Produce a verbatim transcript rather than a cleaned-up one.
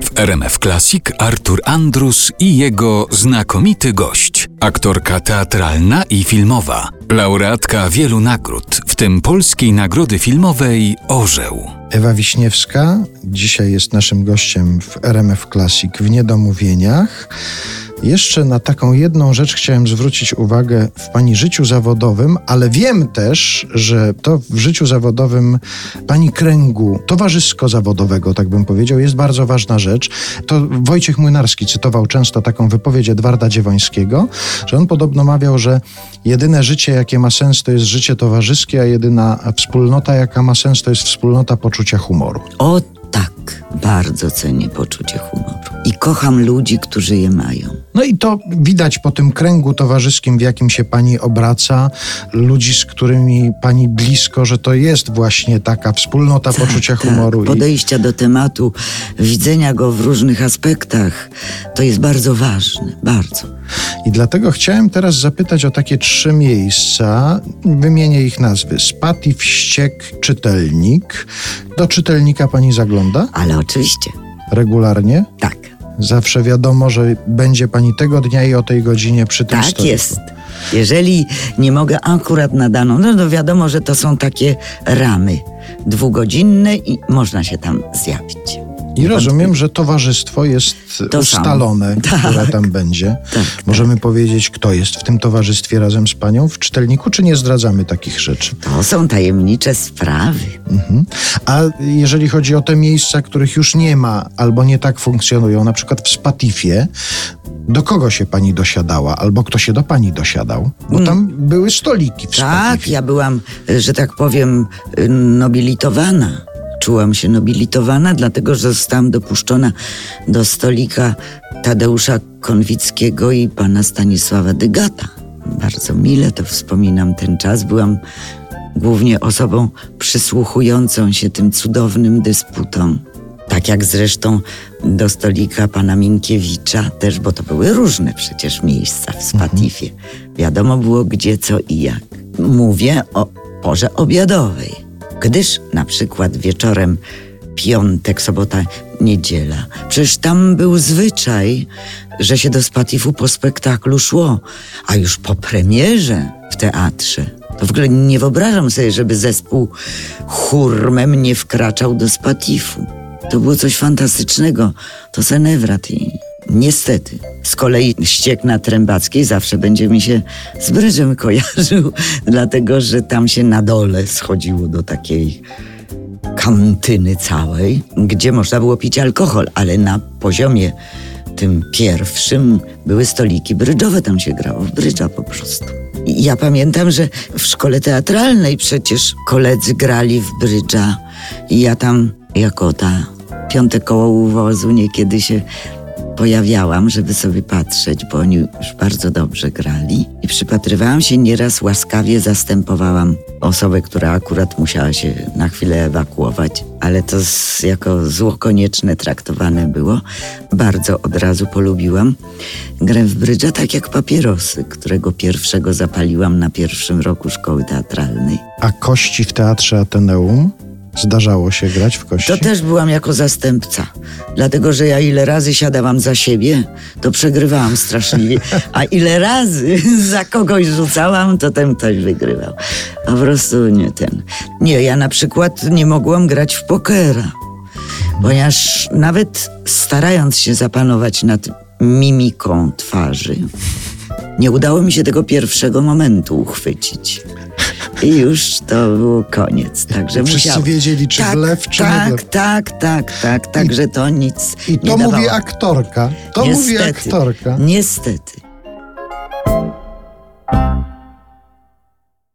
W R M F Classic Artur Andrus i jego znakomity gość. Aktorka teatralna i filmowa. Laureatka wielu nagród, w tym Polskiej Nagrody Filmowej Orzeł. Ewa Wiśniewska dzisiaj jest naszym gościem w R M F Classic w Niedomówieniach. Jeszcze na taką jedną rzecz chciałem zwrócić uwagę w pani życiu zawodowym, ale wiem też, że to w życiu zawodowym pani kręgu towarzysko-zawodowego, tak bym powiedział, jest bardzo ważna rzecz. To Wojciech Młynarski cytował często taką wypowiedź Edwarda Dziewońskiego, że on podobno mawiał, że jedyne życie, jakie ma sens, to jest życie towarzyskie, a jedyna wspólnota, jaka ma sens, to jest wspólnota poczucia humoru. O tak, bardzo cenię poczucie humoru i kocham ludzi, którzy je mają. No i to widać po tym kręgu towarzyskim, w jakim się pani obraca, ludzi, z którymi pani blisko, że to jest właśnie taka wspólnota tak, poczucia tak, humoru. Podejścia do tematu, widzenia go w różnych aspektach, to jest bardzo ważne, bardzo. I dlatego chciałem teraz zapytać o takie trzy miejsca, wymienię ich nazwy. Spatif, Ściek, Czytelnik. Do Czytelnika pani zagląda? Ale oczywiście. Regularnie? Tak. Zawsze wiadomo, że będzie pani tego dnia i o tej godzinie przy tym Tak stoliku. jest. Jeżeli nie mogę akurat na daną, no to wiadomo, że to są takie ramy dwugodzinne i można się tam zjawić. I rozumiem, że towarzystwo jest to ustalone, tak. które tam będzie. Tak, Możemy tak. powiedzieć, kto jest w tym towarzystwie razem z panią w Czytelniku, czy nie zdradzamy takich rzeczy? To są tajemnicze sprawy. Mhm. A jeżeli chodzi o te miejsca, których już nie ma albo nie tak funkcjonują, na przykład w Spatifie, do kogo się pani dosiadała? Albo kto się do pani dosiadał? Bo tam mm. były stoliki w Tak, Spatifie. ja byłam, że tak powiem, nobilitowana. Czułam się nobilitowana, dlatego że zostałam dopuszczona do stolika Tadeusza Konwickiego i pana Stanisława Dygata. Bardzo mile to wspominam ten czas. Byłam głównie osobą przysłuchującą się tym cudownym dysputom. Tak jak zresztą do stolika pana Minkiewicza też, bo to były różne przecież miejsca w Spatifie. Mhm. Wiadomo było gdzie, co i jak. Mówię o porze obiadowej. Gdyż na przykład wieczorem piątek, sobota, niedziela, przecież tam był zwyczaj, że się do Spatifu po spektaklu szło, a już po premierze w teatrze. To w ogóle nie wyobrażam sobie, żeby zespół Hurmem nie wkraczał do Spatifu. To było coś fantastycznego. To senewrat i niestety. Z kolei Ściek na Trębackiej zawsze będzie mi się z Brydżem kojarzył, dlatego że tam się na dole schodziło do takiej kantyny całej, gdzie można było pić alkohol, ale na poziomie tym pierwszym były stoliki brydżowe, tam się grało w brydża po prostu. I ja pamiętam, że w szkole teatralnej przecież koledzy grali w brydża i ja tam jako ta piąte koło u wozu niekiedy się pojawiałam, żeby sobie patrzeć, bo oni już bardzo dobrze grali i przypatrywałam się nieraz, łaskawie zastępowałam osobę, która akurat musiała się na chwilę ewakuować, ale to z, jako zło konieczne traktowane było. Bardzo od razu polubiłam grę w brydża, tak jak papierosy, którego pierwszego zapaliłam na pierwszym roku szkoły teatralnej. A kości w Teatrze Ateneum? Zdarzało się grać w kości? To też byłam jako zastępca, dlatego że ja ile razy siadałam za siebie, to przegrywałam straszliwie, a ile razy za kogoś rzucałam, to ten ktoś wygrywał. Po prostu nie ten. Nie, ja na przykład nie mogłam grać w pokera, ponieważ nawet starając się zapanować nad mimiką twarzy, nie udało mi się tego pierwszego momentu uchwycić. I już to był koniec. Także wszyscy musiał... wiedzieli, czy tak, blef, czy tak, nie blef. Tak, tak, tak, także to nic I to nie mówi dawało. aktorka. To Niestety, mówi aktorka. Niestety.